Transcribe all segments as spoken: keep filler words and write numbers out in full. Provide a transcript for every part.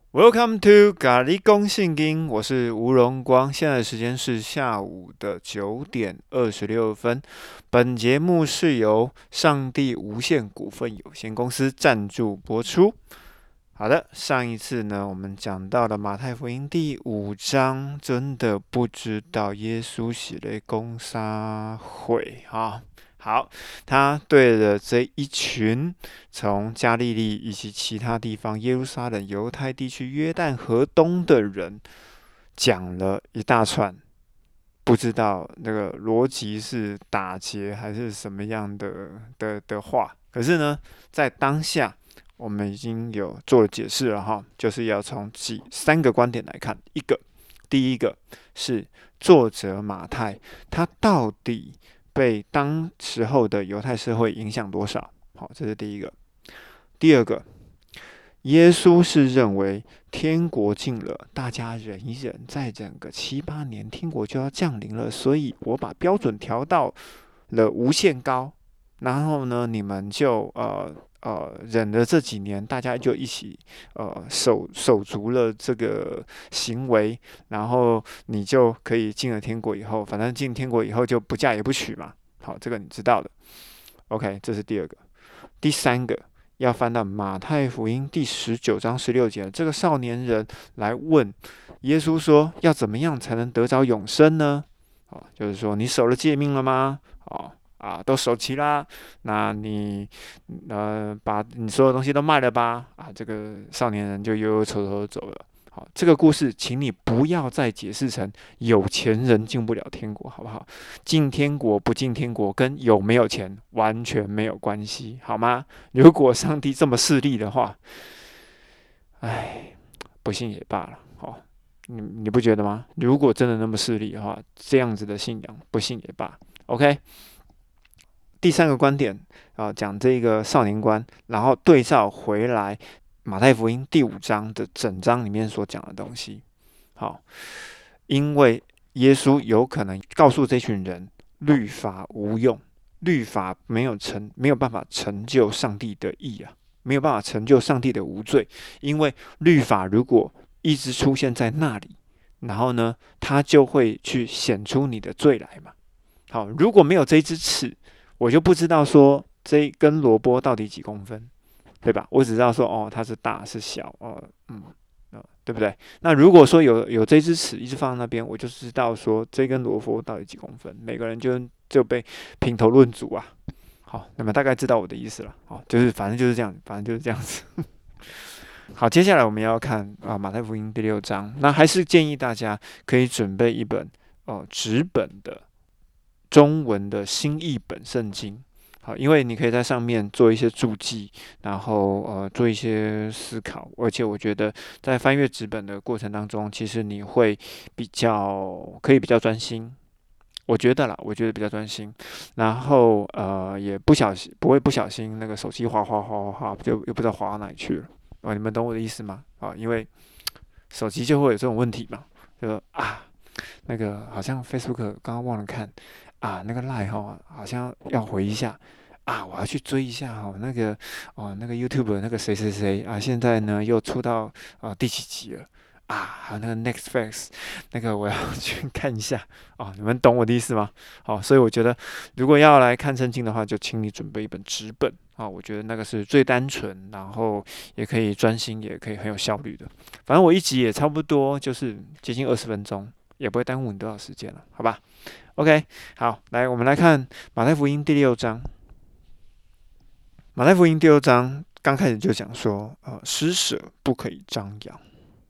Welcome to 咖喱公信经，我是吴荣光，现在的时间是下午的九点二十六分。本节目是由上帝无限股份有限公司赞助播出。好的，上一次呢，我们讲到了马太福音第五章，真的不知道耶稣写了攻杀会啊。好，他对了这一群从加利利以及其他地方、耶路撒冷、犹太地区、约旦河东的人讲了一大串，不知道那个逻辑是打结还是什么样的的的话。可是呢，在当下我们已经有做了解释了哈，就是要从几三个观点来看。一个，第一个是作者马太，他到底被当时候的犹太社会影响多少？好，这是第一个。第二个，耶稣是认为天国近了，大家忍一忍，再忍个七八年，天国就要降临了，所以我把标准调到了无限高，然后呢，你们就呃呃忍了这几年，大家就一起呃守守足了这个行为，然后你就可以进了天国以后，反正进天国以后就不嫁也不娶嘛。好，这个你知道的。OK，这是第二个。第三个要翻到马太福音第十九章十六节，这个少年人来问耶稣说：要怎么样才能得着永生呢？哦，就是说你守了诫命了吗？哦啊，都守齐啦。那你呃把你所有东西都卖了吧？啊，这个少年人就忧忧愁愁走了。好，这个故事，请你不要再解释成有钱人进不了天国，好不好？进天国不进天国跟有没有钱完全没有关系，好吗？如果上帝这么势利的话，唉，不信也罢了。好、哦，你你不觉得吗？如果真的那么势利的话，这样子的信仰不信也罢。OK，第三个观点啊，讲这个少年观，然后对照回来马太福音第五章的整章里面所讲的东西。好，因为耶稣有可能告诉这群人，律法无用，律法没有成，没有办法成就上帝的义啊，没有办法成就上帝的无罪，因为律法如果一直出现在那里，然后呢，它就会去显出你的罪来嘛。好，如果没有这一支尺，我就不知道说这一根萝卜到底几公分，对吧？我只知道说哦，它是大是小，哦，嗯。呃对不对？那如果说有有这支尺一直放在那边，我就知道说这根萝卜到底几公分，每个人就就被评头论足啊。好，那么大概知道我的意思了。好，就是反正就是这样，反正就是这样子。好，接下来我们要看啊马太福音第六章，那还是建议大家可以准备一本哦纸本的中文的新译本圣经。好，因为你可以在上面做一些注记，然后呃做一些思考，而且我觉得在翻阅纸本的过程当中，其实你会比较可以比较专心，我觉得啦，我觉得比较专心，然后呃也不小心不会不小心那个手机滑滑滑滑滑，就又不知道滑到哪里去了。哦，你们懂我的意思吗？啊，因为手机就会有这种问题嘛，就啊那个好像 Facebook 刚刚忘了看啊，那个 Line 哈好像要回一下啊，我要去追一下哈那个哦那个 YouTube 那个谁谁谁啊，现在呢又出到啊第几集了啊，还有那个 Netflix 那个我要去看一下哦，你们懂我的意思吗？好，所以我觉得如果要来看圣经的话，就请你准备一本纸本啊，我觉得那个是最单纯，然后也可以专心，也可以很有效率的。反正我一集也差不多就是接近二十分钟。也不会耽误你多少时间了，好吧 ？OK，好，来，我们来看马太福音第六章。马太福音第六章刚开始就讲说，呃，施舍不可以张扬。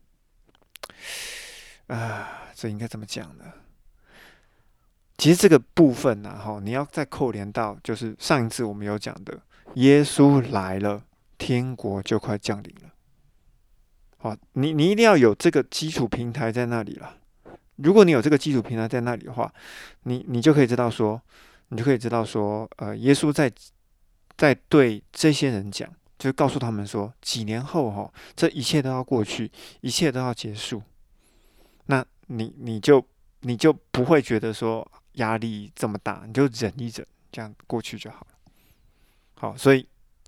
啊，这应该怎么讲呢？其实这个部分呢、啊，哈，你要再扣连到，就是上一次我们有讲的，耶稣来了，天国就快降临了。好，你你一定要有这个基础平台在那里了。如果你有这个基础平台在那里的话，你你就可以知道说，你就可以知道说，呃，耶稣在在对这些人讲，就告诉他们说，几年后哈、哦，这一切都要过去，一切都要结束，那你你就你就不会觉得说压力这么大，你就忍一忍，这样过去就好了。好，所以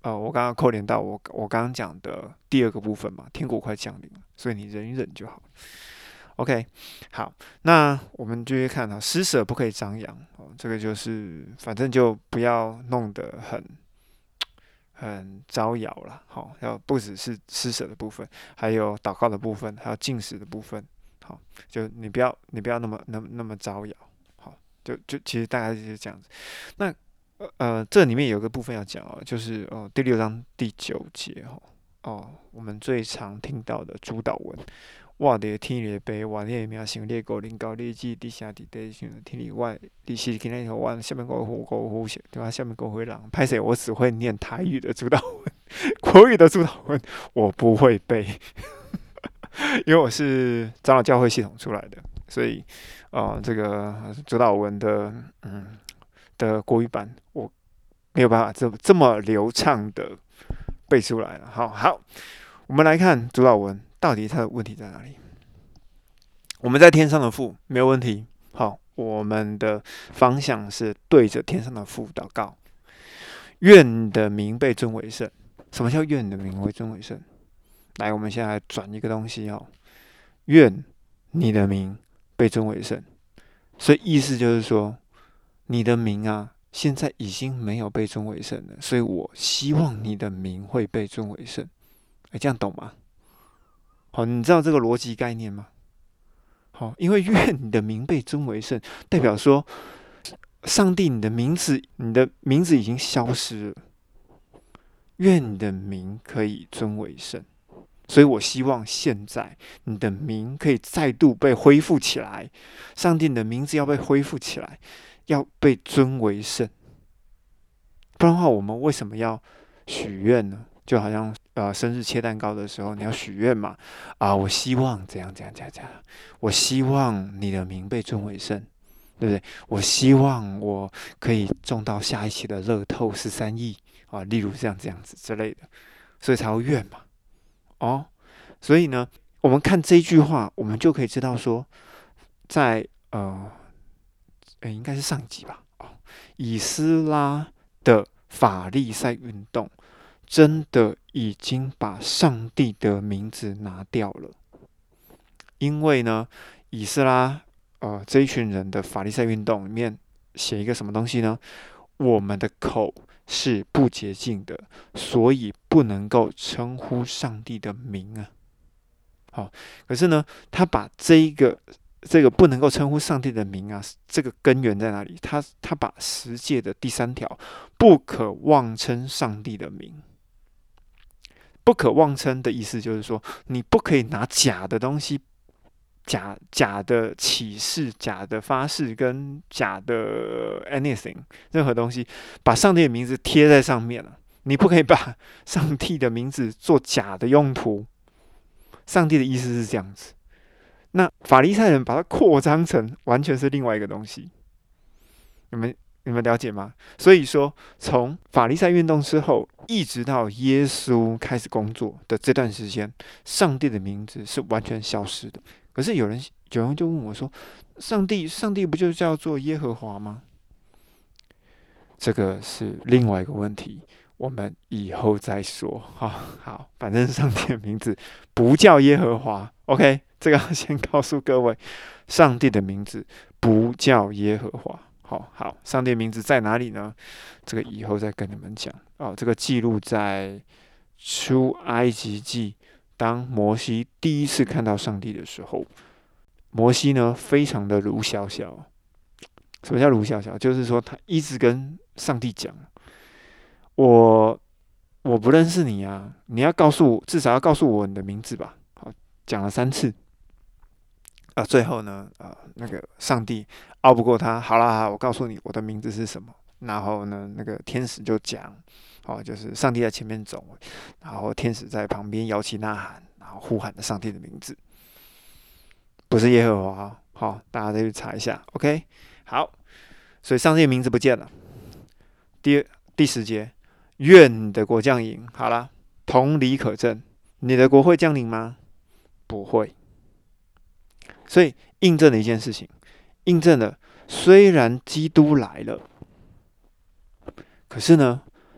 呃，我刚刚扣连到我我刚刚讲的第二个部分嘛，天国快降临了，所以你忍一忍就好。OK，好，那我们继续看啊，施舍不可以张扬哦，这个就是反正就不要弄得很很招摇了，好，要不只是施舍的部分，还有祷告的部分，还有进食的部分，好，就你不要你不要那么那么那么招摇，好，就就其实大概就是这样子。那呃，这里面有个部分要讲哦，就是哦第六章第九节哦哦，我们最常听到的主导文。我伫天里飞，我你的名声列高临高列记，地下地底上天里外，你是今天和我下面国户国户对吧？下面国会人，拍谁？我只会念台语的主导文，国语的主导文我不会背，因为我是长老教会系统出来的，所以呃，这个主导文的嗯的国语版我没有办法这这么流畅的背出来了。好好，我们来看主导文。到底它的问题在哪里？我们在天上的父没有问题，好，我们的方向是对着天上的父祷告，愿你的名被尊为圣。什么叫愿你的名为尊为圣？来，我们现在来转一个东西哦，愿你的名被尊为圣。所以意思就是说，你的名啊，现在已经没有被尊为圣了，所以我希望你的名会被尊为圣。哎，这样懂吗？好，你知道这个逻辑概念吗？好，因为愿你的名被尊为圣，代表说，上帝，你的名字，你的名字已经消失了，愿你的名可以尊为圣。所以我希望现在你的名可以再度被恢复起来，上帝你的名字要被恢复起来，要被尊为圣。不然的话，我们为什么要许愿呢？就好像呃生日切蛋糕的时候，你要许愿嘛，啊，我希望怎样怎样怎样怎样，我希望你的名被尊为圣，对不对？我希望我可以中到下一期的乐透十三亿啊，例如这样这样子之类的，所以才会愿嘛。哦，所以呢，我们看这一句话，我们就可以知道说，在呃，诶应该是上一集吧，哦，以斯拉的法利赛运动。真的已经把上帝的名字拿掉了，因为呢，以斯拉呃这一群人的法利赛运动里面写一个什么东西呢？我们的口是不洁净的，所以不能够称呼上帝的名啊。好，可是呢，他把这一个这个不能够称呼上帝的名啊，这个根源在哪里？他他把十诫的第三条，不可妄称上帝的名。不可妄称的意思就是说，你不可以拿假的东西、假假的启示、假的发誓跟假的 anything 任何东西，把上帝的名字贴在上面了。你不可以把上帝的名字做假的用途。上帝的意思是这样子。那法利赛人把它扩张成完全是另外一个东西。你们你们了解吗？所以说，从法利赛运动之后，一直到耶稣开始工作的这段时间，上帝的名字是完全消失的。可是有人有人就问我说：“上帝，上帝不就叫做耶和华吗？”这个是另外一个问题，我们以后再说。好，好，反正上帝的名字不叫耶和华。OK， 这个要先告诉各位，上帝的名字不叫耶和华。好好，上帝的名字在哪里呢？这个以后再跟你们讲哦。这个记录在出埃及记，当摩西第一次看到上帝的时候，摩西呢非常的鲁小小。什么叫鲁小小？就是说他一直跟上帝讲，我我不认识你啊，你要告诉我，至少要告诉我你的名字吧。好，讲了三次。啊，最后呢，啊，那个上帝拗不过他，好啦，我告诉你我的名字是什么。然后呢，那个天使就讲，哦，就是上帝在前面走，然后天使在旁边摇旗呐喊，然后呼喊着上帝的名字，不是耶和华。好，大家再去查一下。OK， 好，所以上帝的名字不见了。第第十节，愿你的国降临。好了，同理可证，你的国会降临吗？不会。所以印证了一件事情，印证了虽然基督来了，可是呢，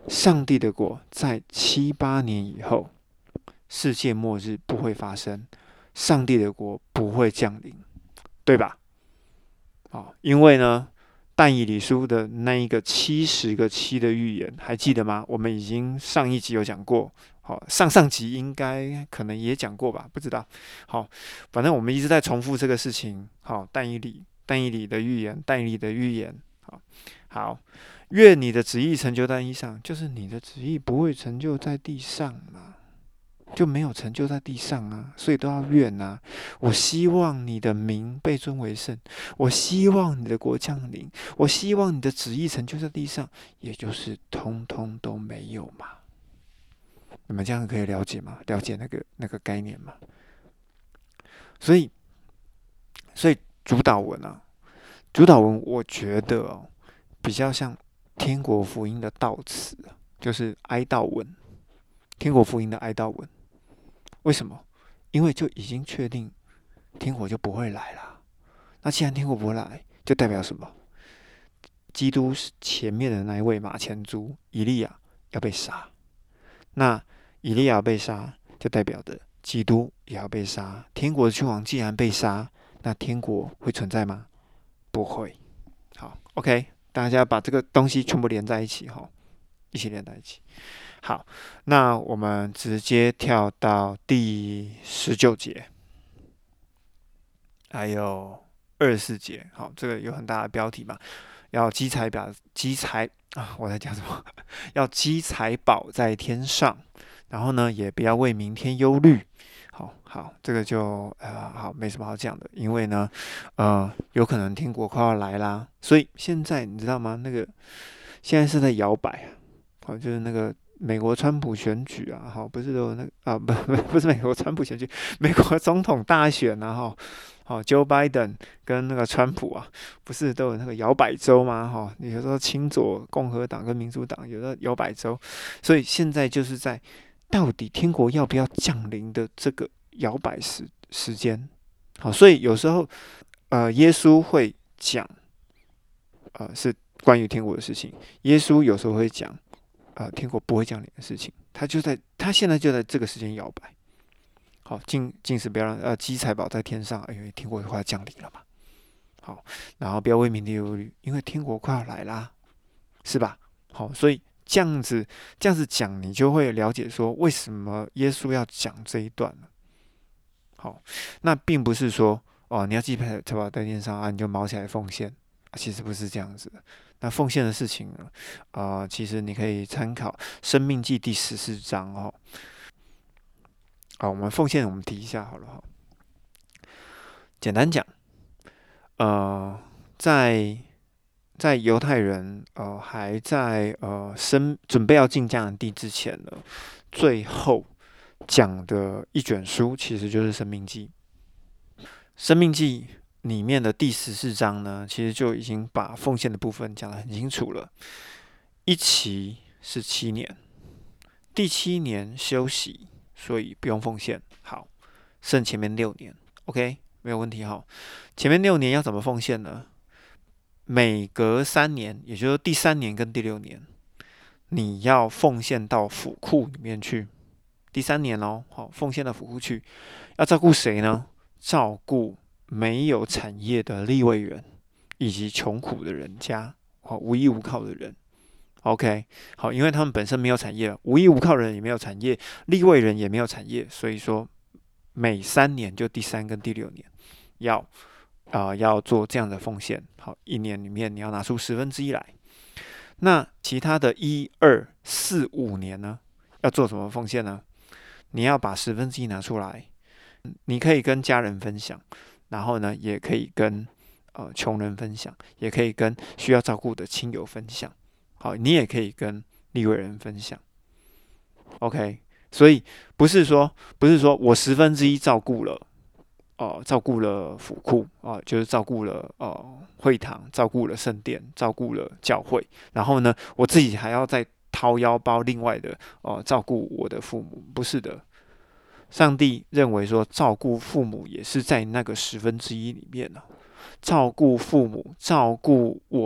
上帝的国在七八年以后，世界末日不会发生，上帝的国不会降临，对吧？好，因为呢，但以理书的那一个七十个七的预言，还记得吗？我们已经上一集有讲过，好，上上集应该可能也讲过吧，不知道。好，反正我们一直在重复这个事情。好，但以理，但以理的预言，但以理的预言。好，好，愿你的旨意成就在地上，就是你的旨意不会成就在地上嘛。就没有成就在地上啊，所以都要愿啊。我希望你的名被尊为圣，我希望你的国降临，我希望你的旨意成就在地上，也就是通通都没有嘛。你们这样可以了解吗？了解那个那个概念吗？所以，所以主导文啊，主导文我觉得哦，比较像天国福音的悼词，就是哀悼文，天国福音的哀悼文。为什么？因为就已经确定天国就不会来了。那既然天国不会来，就代表什么？基督前面的那一位马前卒以利亚要被杀。那以利亚被杀，就代表的基督也要被杀。天国的君王既然被杀，那天国会存在吗？不会。好 ，OK， 大家把这个东西全部连在一起哈，一起连在一起。好，那我们直接跳到第十九节，还有二十四节。好，这个有很大的标题嘛，要积财宝，积财啊，我在讲什么？要积财宝在天上，然后呢，也不要为明天忧虑。好好，这个就呃好，没什么好讲的，因为呢，呃，有可能天国快要来啦，所以现在你知道吗？那个现在是在摇摆啊，好，就是那个。美国川普选举啊，好，不是都有那个啊，不不不是美国川普选举，美国总统大选啊，哈，好 ，Joe Biden 跟那个川普啊，不是都有那个摇摆州吗？哈，有时候亲左共和党跟民主党有的摇摆州，所以现在就是在到底天国要不要降临的这个摇摆时时间。好，所以有时候呃，耶稣会讲，呃，是关于天国的事情，耶稣有时候会讲。呃，天国不会降临的事情，他就在他现在就在这个时间摇摆。好，尽尽是不要让呃积财宝在天上，因为天国快要降临了嘛。好，然后不要为明天忧虑，因为天国快要来啦，是吧？好，所以这样子这样子讲，你就会了解说为什么耶稣要讲这一段了。好，那并不是说哦，你要积财宝在天上啊，你就毛起来奉献，啊，其实不是这样子的。那奉献的事情呢？啊、呃，其实你可以参考《生命记》第十四章哦。好，我们奉献我们提一下好了哈。简单讲，呃，在在犹太人呃还在呃生准备要进迦南地之前呢，最后讲的一卷书其实就是《生命记》。《生命记》里面的第十四章呢，其实就已经把奉献的部分讲得很清楚了。一期是七年，第七年休息，所以不用奉献。好，剩前面六年 ，OK， 没有问题哈。前面六年要怎么奉献呢？每隔三年，也就是第三年跟第六年，你要奉献到府库里面去。第三年哦，好，奉献到府库去，要照顾谁呢？照顾没有产业的利未人，以及穷苦的人家，好，无依无靠的人。OK， 好，因为他们本身没有产业，无依无靠的人也没有产业，利未人也没有产业，所以说每三年就第三跟第六年要啊、呃、要做这样的奉献。好，一年里面你要拿出十分之一来。那其他的一二四五年呢，要做什么奉献呢？你要把十分之一拿出来，你可以跟家人分享，然后呢，也可以跟呃穷人分享，也可以跟需要照顾的亲友分享。好，你也可以跟利未人分享。OK， 所以不是说不是说我十分之一照顾了，哦、呃，照顾了府库啊、呃，就是照顾了呃会堂，照顾了圣殿，照顾了教会，然后呢，我自己还要再掏腰包，另外的哦、呃、照顾我的父母，不是的。上帝认为说，照顾父母也是在那个十分之一里面呢、啊。照顾父母，照顾我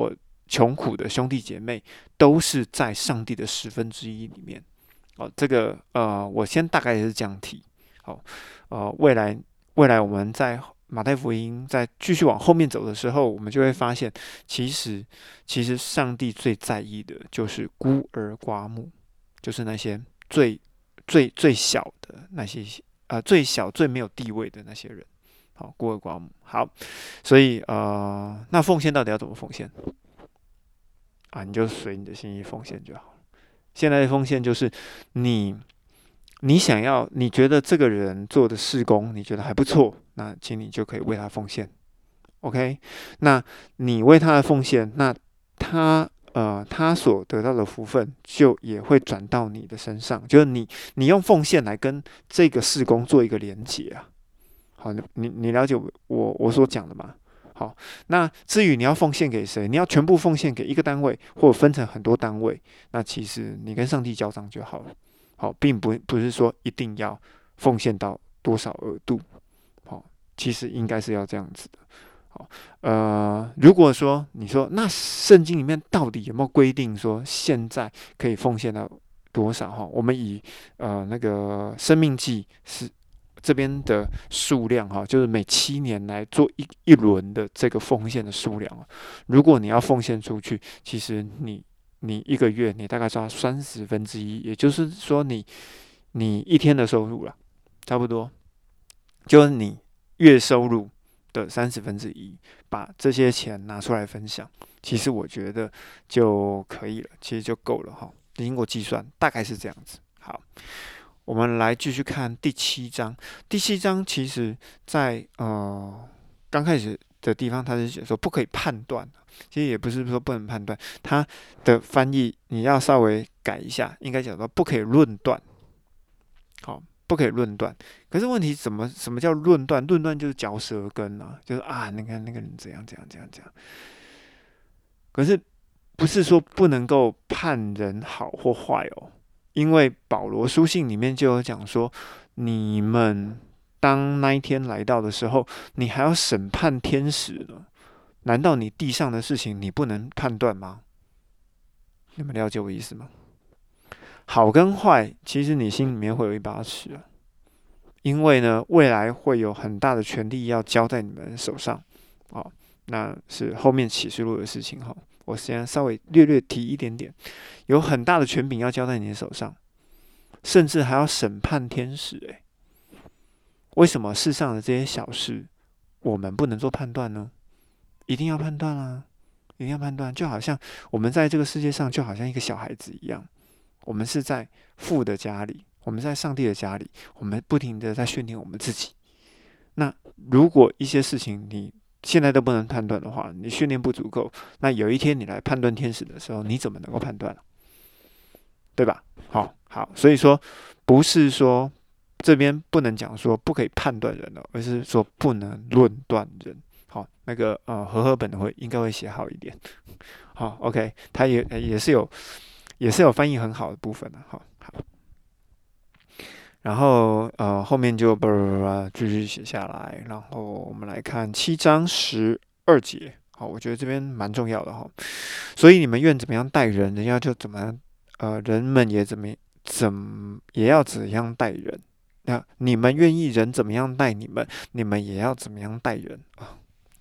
穷苦的兄弟姐妹，都是在上帝的十分之一里面。哦，这个呃，我先大概也是这样提。好，呃，未来未来我们在马太福音在继续往后面走的时候，我们就会发现，其实其实上帝最在意的就是孤儿寡母，就是那些最最最小的那些呃最小最没有地位的那些人。好，孤儿寡母。好，所以呃，那奉献到底要怎么奉献啊？你就随你的心意奉献就好了。现在的奉献就是你你想要，你觉得这个人做的事工，你觉得还不错，那请你就可以为他奉献。OK，那你为他的奉献，那他呃他所得到的福分就也会转到你的身上，就是你你用奉献来跟这个事工做一个连结啊。好，你你了解我我我所讲的吗？好，那至于你要奉献给谁，你要全部奉献给一个单位，或者分成很多单位，那其实你跟上帝交账就好了。好，并不不是说一定要奉献到多少额度。好，其实应该是要这样子的。好，呃，如果说你说那圣经里面到底有没有规定说现在可以奉献到多少？哈，我们以呃那个生命记是这边的数量哈，就是每七年来做一一轮的这个奉献的数量。如果你要奉献出去，其实你你一个月你大概抓三十分之一，也就是说你你一天的收入了，差不多就是你月收入的三十分之一，把这些钱拿出来分享，其实我觉得就可以了，其实就够了哈。经过计算，大概是这样子。好。我们来继续看第七章。第七章其实在呃刚开始的地方，它是写说不可以判断，其实也不是说不能判断，它的翻译你要稍微改一下，应该讲说不可以论断。好，不可以论断。可是问题怎么什么叫论断？论断就是嚼舌根啊，就是啊，你看那个人怎样怎样怎样怎样。可是不是说不能够判人好或坏哦。因为保罗书信里面就有讲说，你们当那一天来到的时候，你还要审判天使呢。难道你地上的事情你不能判断吗？你们了解我意思吗？好跟坏，其实你心里面会有一把尺啊。因为呢，未来会有很大的权力要交在你们手上。哦，那是后面启示录的事情哈。我先稍微略略提一点点，有很大的权柄要交在你的手上，甚至还要审判天使。诶，为什么世上的这些小事，我们不能做判断呢？一定要判断啊，一定要判断。就好像我们在这个世界上，就好像一个小孩子一样，我们是在父的家里，我们在上帝的家里，我们不停的在训练我们自己。那如果一些事情你现在都不能判断的话，你训练不足够，那有一天你来判断天使的时候，你怎么能够判断？对吧？好，好，所以说不是说这边不能讲说不可以判断人了，而是说不能论断人。好，那个呃和合本的会应该会写好一点。好 ，OK， 它也也是有也是有翻译很好的部分的。好，好。然后呃后面就继续写下来，然后我们来看七章十二节。好，我觉得这边蛮重要的哈。所以你们愿怎么样待人，人家就怎么样，呃，人们也怎么怎也要怎样待人。那你们愿意人怎么样待你们，你们也要怎么样待人啊。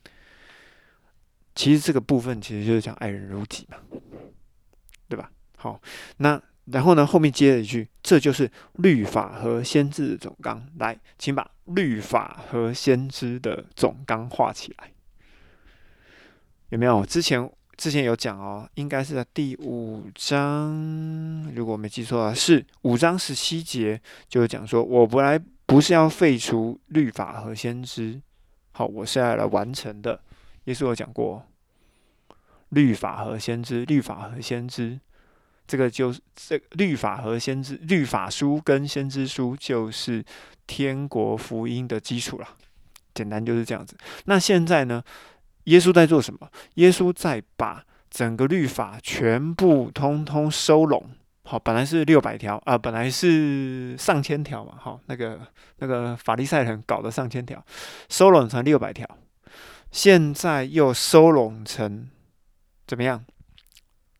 其实这个部分其实就是讲爱人如己嘛，对吧？好，那。然后呢，后面接了一句，这就是律法和先知的总纲。来，请把律法和先知的总纲画起来。有没有？之前之前有讲哦，应该是在第五章，如果我没记错啊，是五章十七节，就是讲说，我不来不是要废除律法和先知，好，我是要来完成的。耶稣有讲过，律法和先知，律法和先知。这个就是这个律法和先知，律法书跟先知书就是天国福音的基础了。简单就是这样子。那现在呢，耶稣在做什么？耶稣在把整个律法全部通通收拢。好，本来是六百条啊，本来是上千条嘛。好，那个那个法利赛人搞的上千条，收拢成六百条。现在又收拢成怎么样？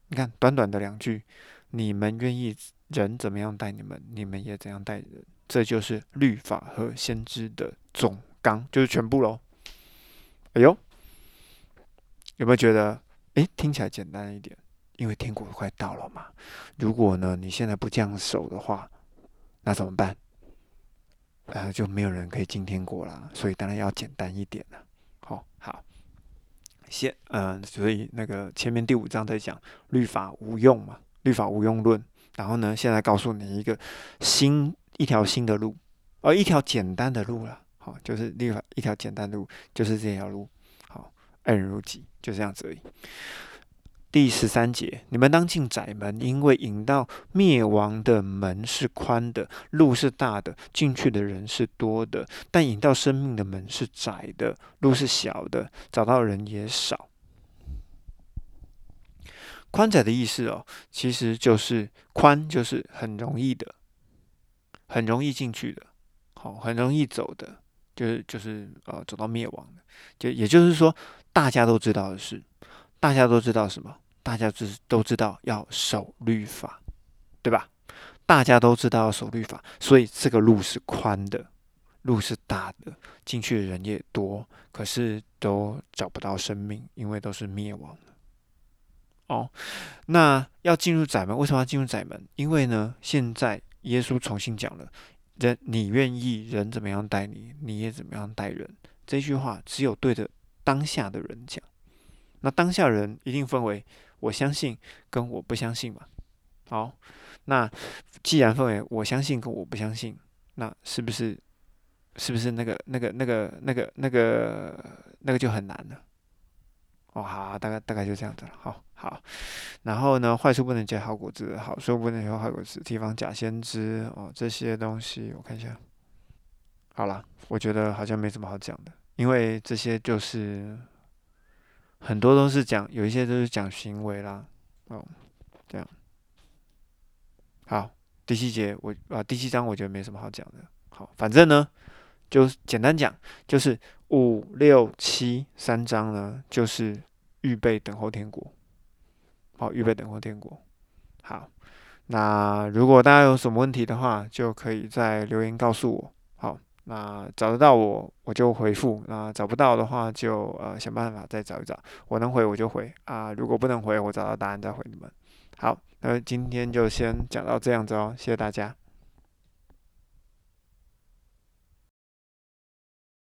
你看短短的两句，你们愿意人怎么样待你们，你们也怎样待人，这就是律法和先知的总纲，就是全部咯。哎呦，有没有觉得，哎，听起来简单一点？因为天国快到了嘛。如果呢你现在不这样守的话，那怎么办？呃，就没有人可以进天国啦。所以当然要简单一点了。好、哦，好，先，嗯、呃，所以那个前面第五章在讲律法无用嘛，律法无用论。然后呢，现在告诉你一个新一条新的路，而、呃、一条简单的路了。好、哦，就是律法一条简单的路，就是这条路。好，爱人如己，就这样子而已。第十三节，你们当进窄门，因为引到灭亡的门是宽的，路是大的，进去的人是多的；但引到生命的门是窄的，路是小的，找到人也少。宽窄的意思哦，其实就是宽，就是很容易的，很容易进去的，好，很容易走的，就是就是呃走到灭亡的，就也就是说，大家都知道的事。大家都知道什么？大家都知道要守律法，对吧？大家都知道要守律法，所以这个路是宽的，路是大的，进去的人也多，可是都找不到生命，因为都是灭亡的。哦，那要进入窄门，为什么要进入窄门？因为呢，现在耶稣重新讲了，人你愿意人怎么样待你，你也怎么样待人。这句话只有对着当下的人讲。那当下人一定分为我相信跟我不相信嘛。好，那既然分为我相信跟我不相信，那是不是是不是那个那个那个那个那个那个就很难了？哦，好，大概大概就这样子了。好，好，然后呢，坏处不能结好果子，好树不能结坏果子，提防假先知哦，这些东西我看一下。好了，我觉得好像没什么好讲的，因为这些就是很多都是讲，有一些都是讲行为啦。哦，这样。好，第七节我啊，第七章我觉得没什么好讲的。好，反正呢，就简单讲，就是五六七三章呢，就是预备等候天国。好，预备等候天国。好，那如果大家有什么问题的话，就可以在留言告诉我。好，那找得到我，我就回复；那找不到的话就，呃想办法再找一找。我能回我就回啊，如果不能回，我找到答案再回你们。好，那今天就先讲到这样子哦，谢谢大家。